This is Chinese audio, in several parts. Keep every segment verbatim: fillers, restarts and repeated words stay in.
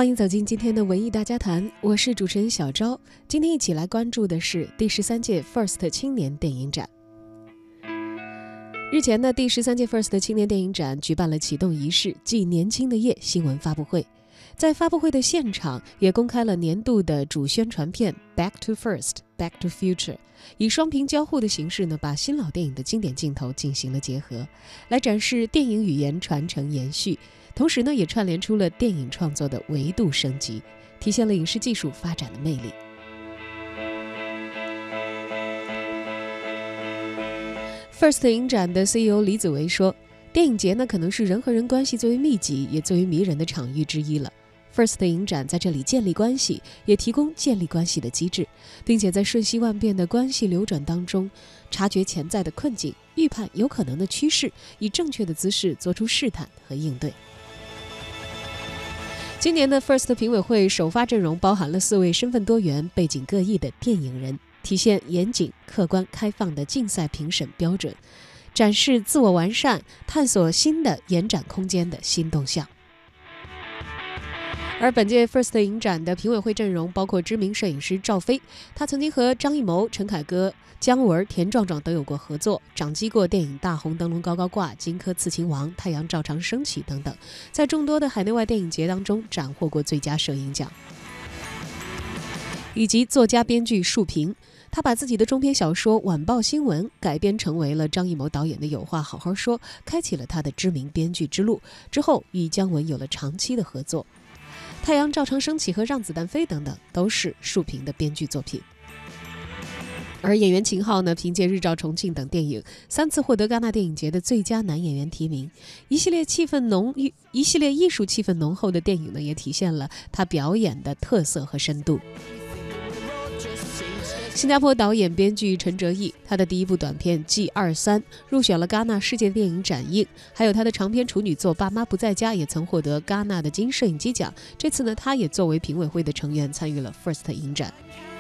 欢迎走进今天的文艺大家谈，我是主持人小昭。今天一起来关注的是第十三届 First 青年电影展。日前的第十三届 First 青年电影展举办了启动仪式暨年轻的夜新闻发布会，在发布会的现场也公开了年度的主宣传片 Back to First Back to Future， 以双屏交互的形式呢，把新老电影的经典镜头进行了结合，来展示电影语言传承延续，同时呢，也串联出了电影创作的维度升级，体现了影视技术发展的魅力。First 影展的 C E O 李子维说，电影节呢可能是人和人关系最为密集也最为迷人的场域之一了。First 影展在这里建立关系，也提供建立关系的机制，并且在瞬息万变的关系流转当中，察觉潜在的困境，预判有可能的趋势，以正确的姿势做出试探和应对。今年的 First 评委会首发阵容包含了四位身份多元、背景各异的电影人，体现严谨、客观、开放的竞赛评审标准，展示自我完善、探索新的延展空间的新动向。而本届 First 影展的评委会阵容包括知名摄影师赵飞，他曾经和张艺谋、陈凯歌、姜文、田壮壮等有过合作，掌机过电影《大红灯笼高高挂》、《荆轲刺秦王》、《太阳照常升起》等等，在众多的海内外电影节当中斩获过最佳摄影奖。以及作家编剧树平，他把自己的中篇小说《晚报新闻》改编成为了张艺谋导演的《有话好好说》，开启了他的知名编剧之路，之后与姜文有了长期的合作。太阳照常升起和让子弹飞等等都是树平的编剧作品。而演员秦昊呢，凭借日照重庆等电影三次获得戛纳电影节的最佳男演员提名，一系列气氛浓一系列艺术气氛浓厚的电影呢，也体现了他表演的特色和深度。新加坡导演编剧陈哲艺，他的第一部短片《G 二三》入选了戛纳世界电影展映，还有他的长篇处女作《爸妈不在家》也曾获得戛纳的金摄影机奖。这次呢，他也作为评委会的成员参与了 First 影展。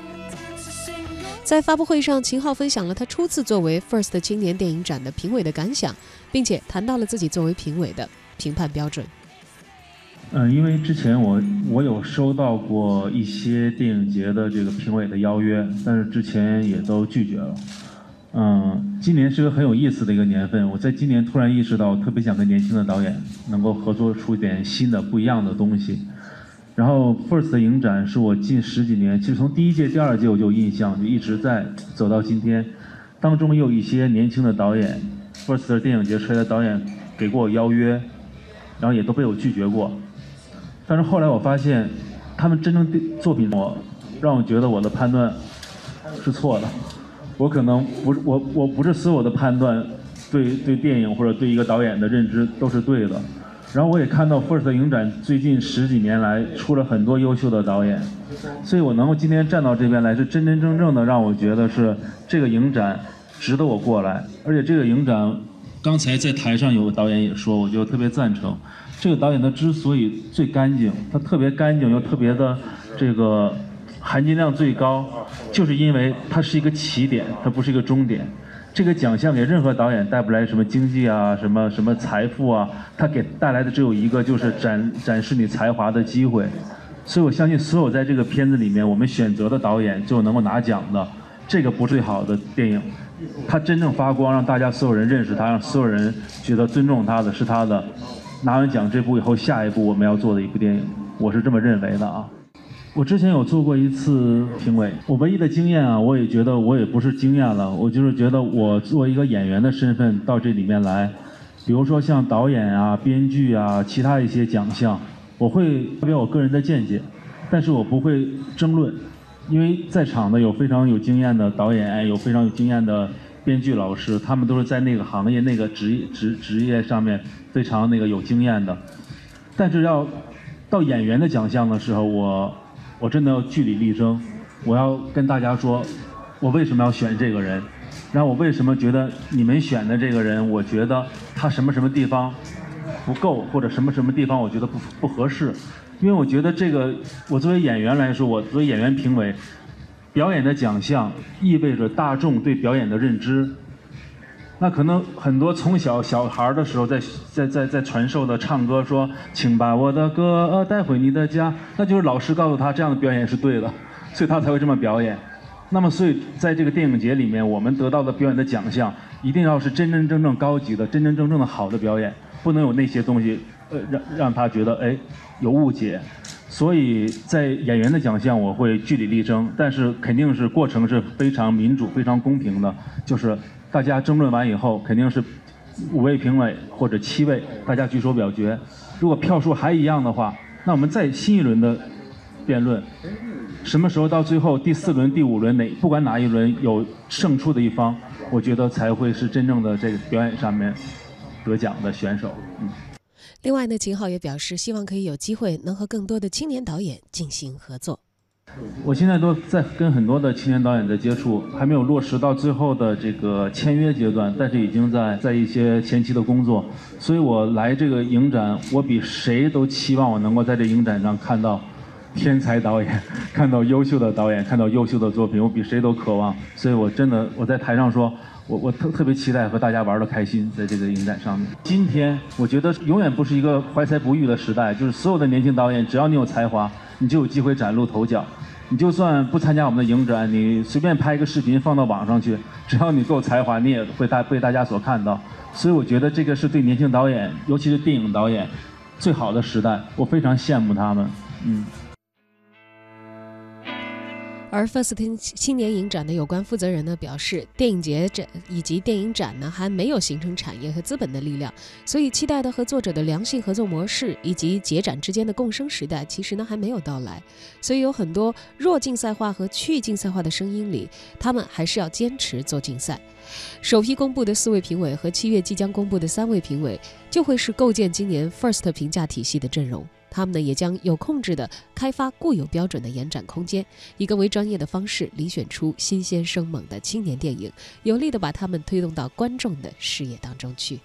在发布会上，秦昊分享了他初次作为 First 青年电影展的评委的感想，并且谈到了自己作为评委的评判标准。 嗯，因为之前我我有收到过一些电影节的这个评委的邀约，但是之前也都拒绝了。嗯，今年是个很有意思的一个年份，我在今年突然意识到，我特别想跟年轻的导演能够合作出一点新的不一样的东西。然后 First 影展是我近十几年，其实从第一届、第二届我就有印象，就一直在走到今天。当中也有一些年轻的导演 ，First 电影节出来的导演给过我邀约，然后也都被我拒绝过。但是后来我发现，他们真正的作品我让我觉得我的判断是错的。我可能不是我我不是所有的判断对对电影或者对一个导演的认知都是对的。然后我也看到 First 影展最近十几年来出了很多优秀的导演，所以我能够今天站到这边来，是真真正正的让我觉得是这个影展值得我过来。而且这个影展，刚才在台上有个导演也说，我就特别赞成。这个导演他之所以最干净，他特别干净又特别的这个含金量最高，就是因为它是一个起点，它不是一个终点。这个奖项给任何导演带不来什么经济啊、什么什么财富啊，它给带来的只有一个，就是展展示你才华的机会。所以我相信，所有在这个片子里面我们选择的导演就能够拿奖的，这个不是最好的电影。他真正发光，让大家所有人认识他，让所有人觉得尊重他的是他的。拿完奖这部以后，下一部我们要做的一部电影，我是这么认为的啊。我之前有做过一次评委，我唯一的经验啊，我也觉得我也不是经验了，我就是觉得我作为一个演员的身份到这里面来，比如说像导演啊、编剧啊、其他一些奖项，我会发表我个人的见解，但是我不会争论，因为在场的有非常有经验的导演，有非常有经验的编剧老师，他们都是在那个行业、那个职业职职业上面非常那个有经验的。但是要到演员的奖项的时候，我我真的要据理力争，我要跟大家说，我为什么要选这个人，然后我为什么觉得你们选的这个人，我觉得他什么什么地方不够，或者什么什么地方我觉得不不合适。因为我觉得这个，我作为演员来说，我作为演员评委。表演的奖项意味着大众对表演的认知， 那可能很多从小小孩的时候在在在在传授的唱歌说，请把我的歌带回你的家，那就是老师告诉他这样的表演是对的，所以他才会这么表演。那么所以在这个电影节里面，我们得到的表演的奖项，一定要是真真正正高级的、真真正正的好的表演，不能有那些东西，呃，让让他觉得哎有误解。所以在演员的奖项，我会据理力争，但是肯定是过程是非常民主、非常公平的，就是大家争论完以后，肯定是五位评委或者七位，大家举手表决。如果票数还一样的话，那我们再新一轮的辩论，什么时候到最后第四轮、第五轮哪不管哪一轮有胜出的一方，我觉得才会是真正的这个表演上面得奖的选手。嗯。 另外呢，秦昊也表示，希望可以有机会能和更多的青年导演进行合作。 我现在都在跟很多的青年导演在接触，还没有落实到最后的这个签约阶段，但是已经在在一些前期的工作。所以我来这个影展，我比谁都期望我能够在这影展上看到天才导演，看到优秀的导演，看到优秀的作品，我比谁都渴望。所以我真的我在台上说。我我特特别期待和大家玩得开心，在这个影展上面。今天我觉得永远不是一个怀才不遇的时代，就是所有的年轻导演，只要你有才华，你就有机会崭露头角。你就算不参加我们的影展，你随便拍一个视频放到网上去，只要你够才华，你也会大被大家所看到。所以我觉得这个是对年轻导演，尤其是电影导演最好的时代，我非常羡慕他们。嗯。 而 F I R S T 青年影展的有关负责人呢表示，电影节展以及电影展呢还没有形成产业和资本的力量，所以期待的和作者的良性合作模式以及节展之间的共生时代，其实呢还没有到来。所以有很多弱竞赛化和去竞赛化的声音里，他们还是要坚持做竞赛。首批公布的四位评委和七月即将公布的三位评委，就会是构建今年 F I R S T 评价体系的阵容。他们呢也将有控制的开发固有标准的延展空间，以更为专业的方式遴选出新鲜生猛的青年电影，有力的把他们推动到观众的视野当中去。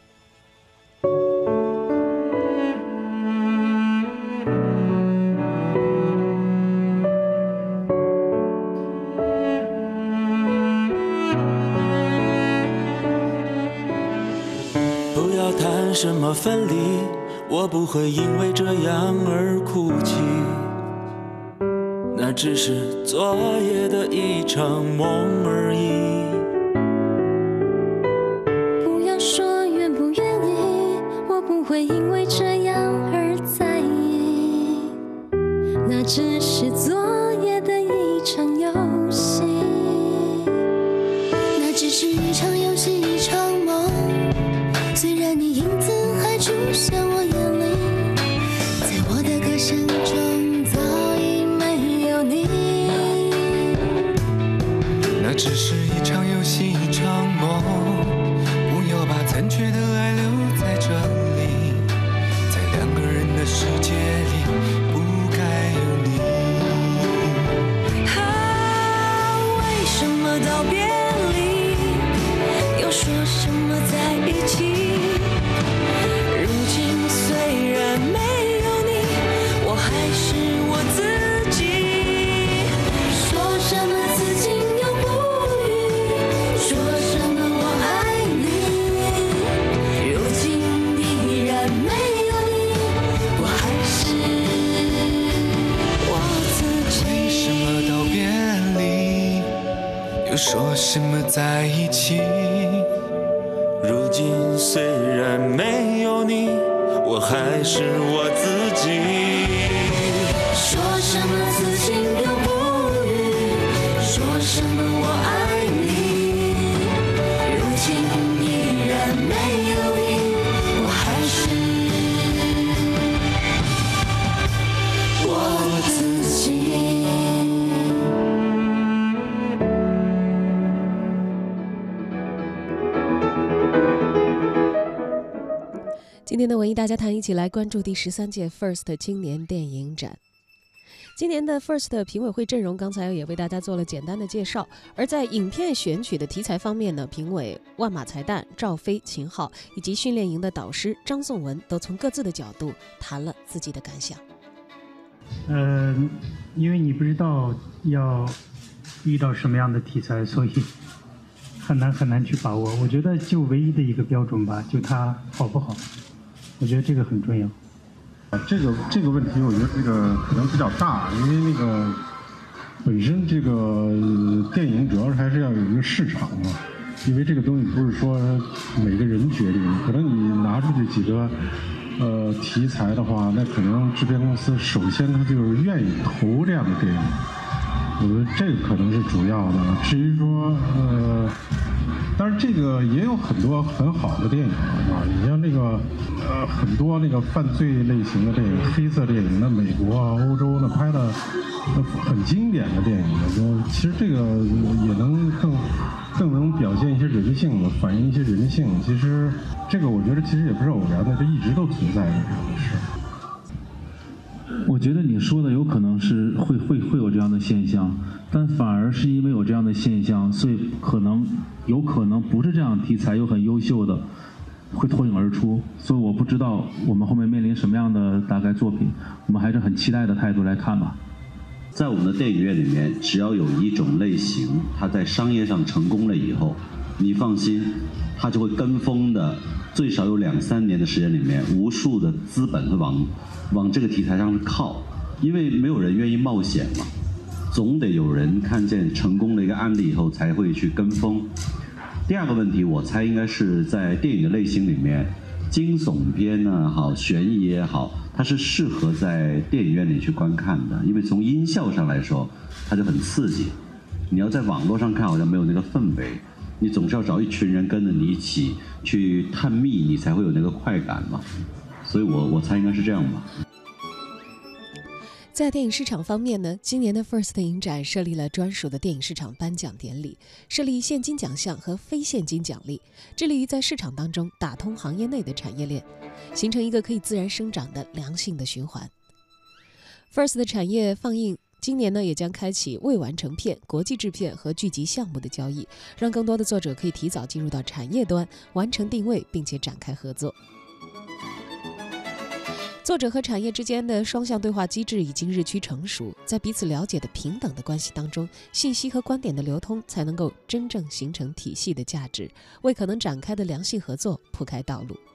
不要谈什么分离，我不会因为这样而哭泣，那只是昨夜的一场梦而已。 不要说愿不愿意，我不会因为这样而在意，那只是昨夜的一场游戏，那只是一场游戏一场梦，虽然你影子还出现我眼里，在我的歌声中早已没有你。 那只是一场游戏一场梦，不要把残缺的爱留在这里，在两个人的世界里不该有你。 啊，为什么道别离又说什么在一起，如今虽然没有你，我还是我自己。说什么此情永不渝，说什么我爱你，如今依然没有你，我还是我自己。 为什么道别离又说什么在一起， 如今虽然没有你，我还是我自己。 说什么此情永不渝，说什么我爱你，如今依然没有你，我还是我自己。 今天的文艺大家谈，一起来关注第十三届 F I R S T 青年电影展。今年的 F I R S T 评委会阵容，刚才也为大家做了简单的介绍。而在影片选取的题材方面呢，评委万马才旦、赵飞、秦昊以及训练营的导师张颂文，都从各自的角度谈了自己的感想。 呃，因为你不知道要遇到什么样的题材，所以很难很难去把握。我觉得就唯一的一个标准吧，就它好不好，我觉得这个很重要。 这个这个问题，我觉得这个可能比较大，因为那个本身这个电影主要还是要有一个市场嘛，因为这个东西不是说每个人决定，可能你拿出去几个呃题材的话，那可能制片公司首先他就是愿意投这样的电影。我觉得这个可能是主要的。至于说，呃，当然这个也有很多很好的电影啊，你像这个，呃，很多那个犯罪类型的电影、黑色电影，那美国啊、欧洲那拍的很经典的电影，就其实这个也能更更能表现一些人性的，反映一些人性。其实这个我觉得其实也不是偶然的，这一直都存在的这样的事。 我觉得你说的有可能是会会会有这样的现象，但反而是因为有这样的现象，所以可能有可能不是这样题材又很优秀的会脱颖而出。所以我不知道我们后面面临什么样的大概作品，我们还是很期待的态度来看吧。 在我们的电影院里面，只要有一种类型它在商业上成功了以后，你放心，它就会跟风的，最少有两三年的时间里面，无数的资本会往往这个题材上靠，因为没有人愿意冒险嘛，总得有人看见成功的一个案例以后才会去跟风。第二个问题，我猜应该是在电影的类型里面，惊悚片呢好，悬疑也好，它是适合在电影院里去观看的，因为从音效上来说，它就很刺激。你要在网络上看，好像没有那个氛围。你总是要找一群人跟着你一起去探秘，你才会有那个快感嘛。所以我我猜应该是这样吧。 在电影市场方面呢，今年的 First 影展设立了专属的电影市场颁奖典礼，设立现金奖项和非现金奖励，致力于在市场当中打通行业内的产业链，形成一个可以自然生长的良性的循环。First 的产业放映今年呢，也将开启未完成片、国际制片和剧集项目的交易，让更多的作者可以提早进入到产业端，完成定位，并且展开合作。作者和产业之间的双向对话机制已经日趋成熟，在彼此了解的平等的关系当中，信息和观点的流通才能够真正形成体系的价值，为可能展开的良性合作铺开道路。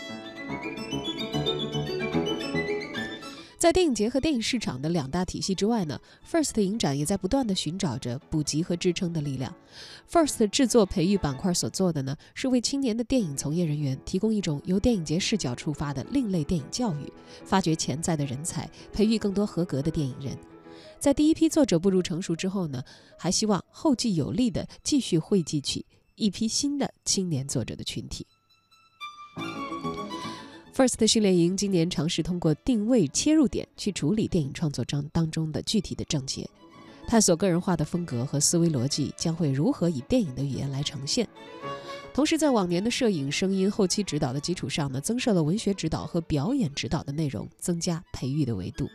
在电影节和电影市场的两大体系之外呢 ，First 影展也在不断地寻找着补给和支撑的力量。First 制作培育板块所做的呢，是为青年的电影从业人员提供一种由电影节视角出发的另类电影教育，发掘潜在的人才，培育更多合格的电影人。在第一批作者步入成熟之后呢，还希望后继有力地继续汇集起一批新的青年作者的群体。First 训练营今年尝试通过定位切入点去处理电影创作章当中的具体的症结，探索个人化的风格和思维逻辑将会如何以电影的语言来呈现。同时在往年的摄影、声音、后期指导的基础上呢，增设了文学指导和表演指导的内容，增加培育的维度。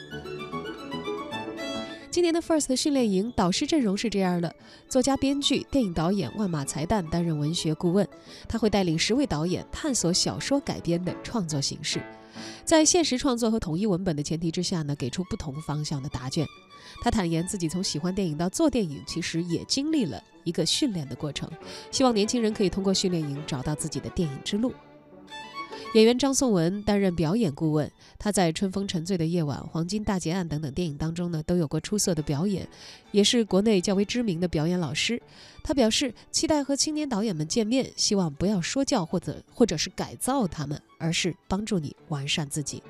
今年的 First 训练营导师阵容是这样的：作家、编剧、电影导演万马才旦担任文学顾问，他会带领十位导演探索小说改编的创作形式，在现实创作和统一文本的前提之下呢，给出不同方向的答卷。他坦言自己从喜欢电影到做电影，其实也经历了一个训练的过程，希望年轻人可以通过训练营找到自己的电影之路。演员张颂文担任表演顾问，他在《春风沉醉的夜晚》《黄金大劫案》等等电影当中呢，都有过出色的表演，也是国内较为知名的表演老师。他表示，期待和青年导演们见面，希望不要说教或者或者是改造他们，而是帮助你完善自己。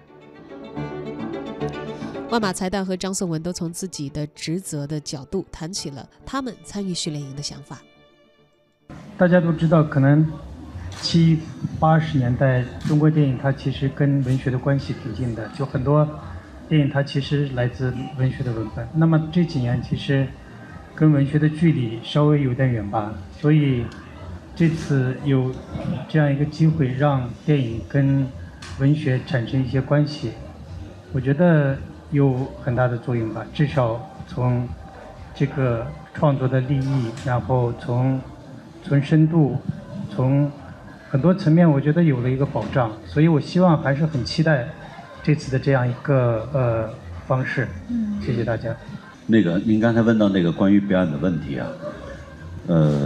万马才旦和张颂文都从自己的职责的角度谈起了他们参与训练营的想法。 大家都知道，可能七八十年代中国电影它其实跟文学的关系挺近的，就很多电影它其实来自文学的文本。那么这几年其实跟文学的距离稍微有点远吧，所以这次有这样一个机会让电影跟文学产生一些关系，我觉得有很大的作用吧。至少从这个创作的立意，然后从从深度，从很多层面我觉得有了一个保障，所以我希望还是很期待这次的这样一个呃方式。嗯，谢谢大家。 那个您刚才问到那个关于表演的问题啊，呃，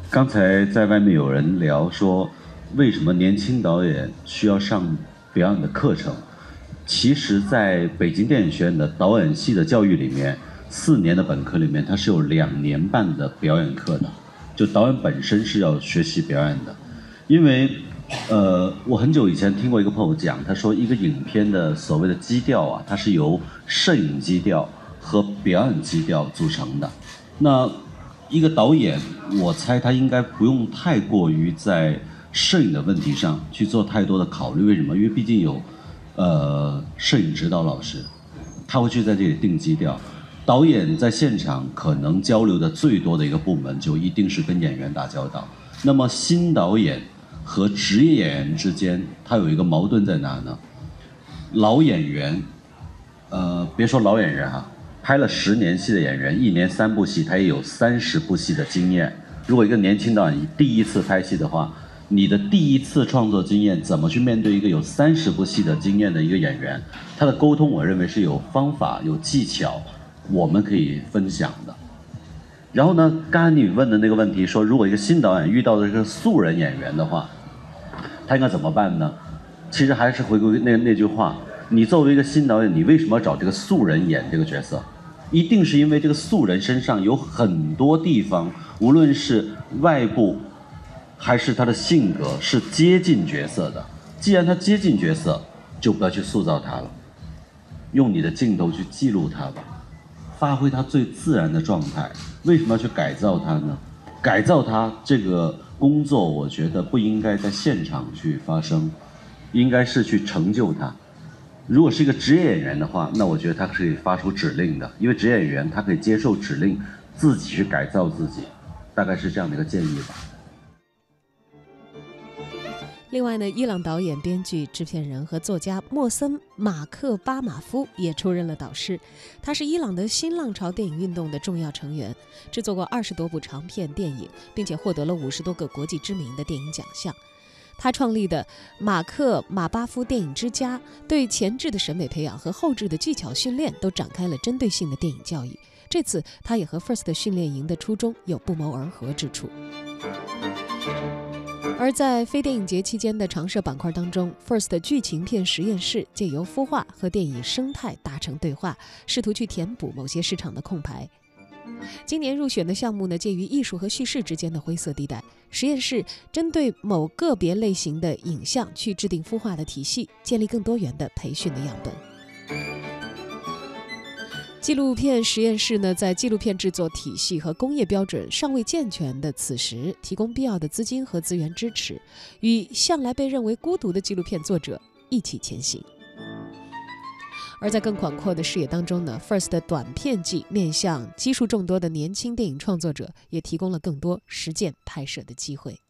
刚才在外面有人聊说，为什么年轻导演需要上表演的课程？其实，在北京电影学院的导演系的教育里面，四年的本科里面，它是有两年半的表演课的。就导演本身是要学习表演的，因为，呃，我很久以前听过一个朋友讲，他说一个影片的所谓的基调啊，它是由摄影基调和表演基调组成的。那一个导演，我猜他应该不用太过于在摄影的问题上去做太多的考虑。为什么？因为毕竟有，呃，摄影指导老师，他会去在这里定基调。导演在现场可能交流的最多的一个部门，就一定是跟演员打交道。那么新导演和职业演员之间，他有一个矛盾在哪呢？老演员，呃，别说老演员哈，拍了十年戏的演员，一年三部戏，他也有三十部戏的经验。如果一个年轻导演第一次拍戏的话，你的第一次创作经验怎么去面对一个有三十部戏的经验的一个演员？他的沟通，我认为是有方法、有技巧。我们可以分享的。然后呢，刚才你问的那个问题说，如果一个新导演遇到的是个素人演员的话，他应该怎么办呢？其实还是回归那那句话，你作为一个新导演，你为什么要找这个素人演这个角色？一定是因为这个素人身上有很多地方，无论是外部还是他的性格，是接近角色的。既然他接近角色，就不要去塑造他了，用你的镜头去记录他吧。发挥他最自然的状态。为什么要去改造他呢？改造他这个工作，我觉得不应该在现场去发生，应该是去成就他。如果是一个职业演员的话，那我觉得他是可以发出指令的，因为职业演员他可以接受指令，自己去改造自己，大概是这样的一个建议吧。 另外呢，伊朗导演、编剧、制片人和作家莫森·马克巴马夫也出任了导师。他是伊朗的新浪潮电影运动的重要成员，制作过二十多部长片电影，并且获得了五十多个国际知名的电影奖项。他创立的马克马巴夫电影之家，对前置的审美培养和后置的技巧训练都展开了针对性的电影教育。这次他也和 First 训练营的初衷有不谋而合之处。而在非电影节期间的常设板块当中， First 剧情片实验室借由孵化和电影生态达成对话，试图去填补某些市场的空白。今年入选的项目呢，介于艺术和叙事之间的灰色地带。实验室针对某个别类型的影像去制定孵化的体系，建立更多元的培训的样本。纪录片实验室呢，在纪录片制作体系和工业标准尚未健全的此时，提供必要的资金和资源支持，与向来被认为孤独的纪录片作者一起前行。而在更广阔的视野当中呢 ，First 的短片季面向基数众多的年轻电影创作者，也提供了更多实践拍摄的机会。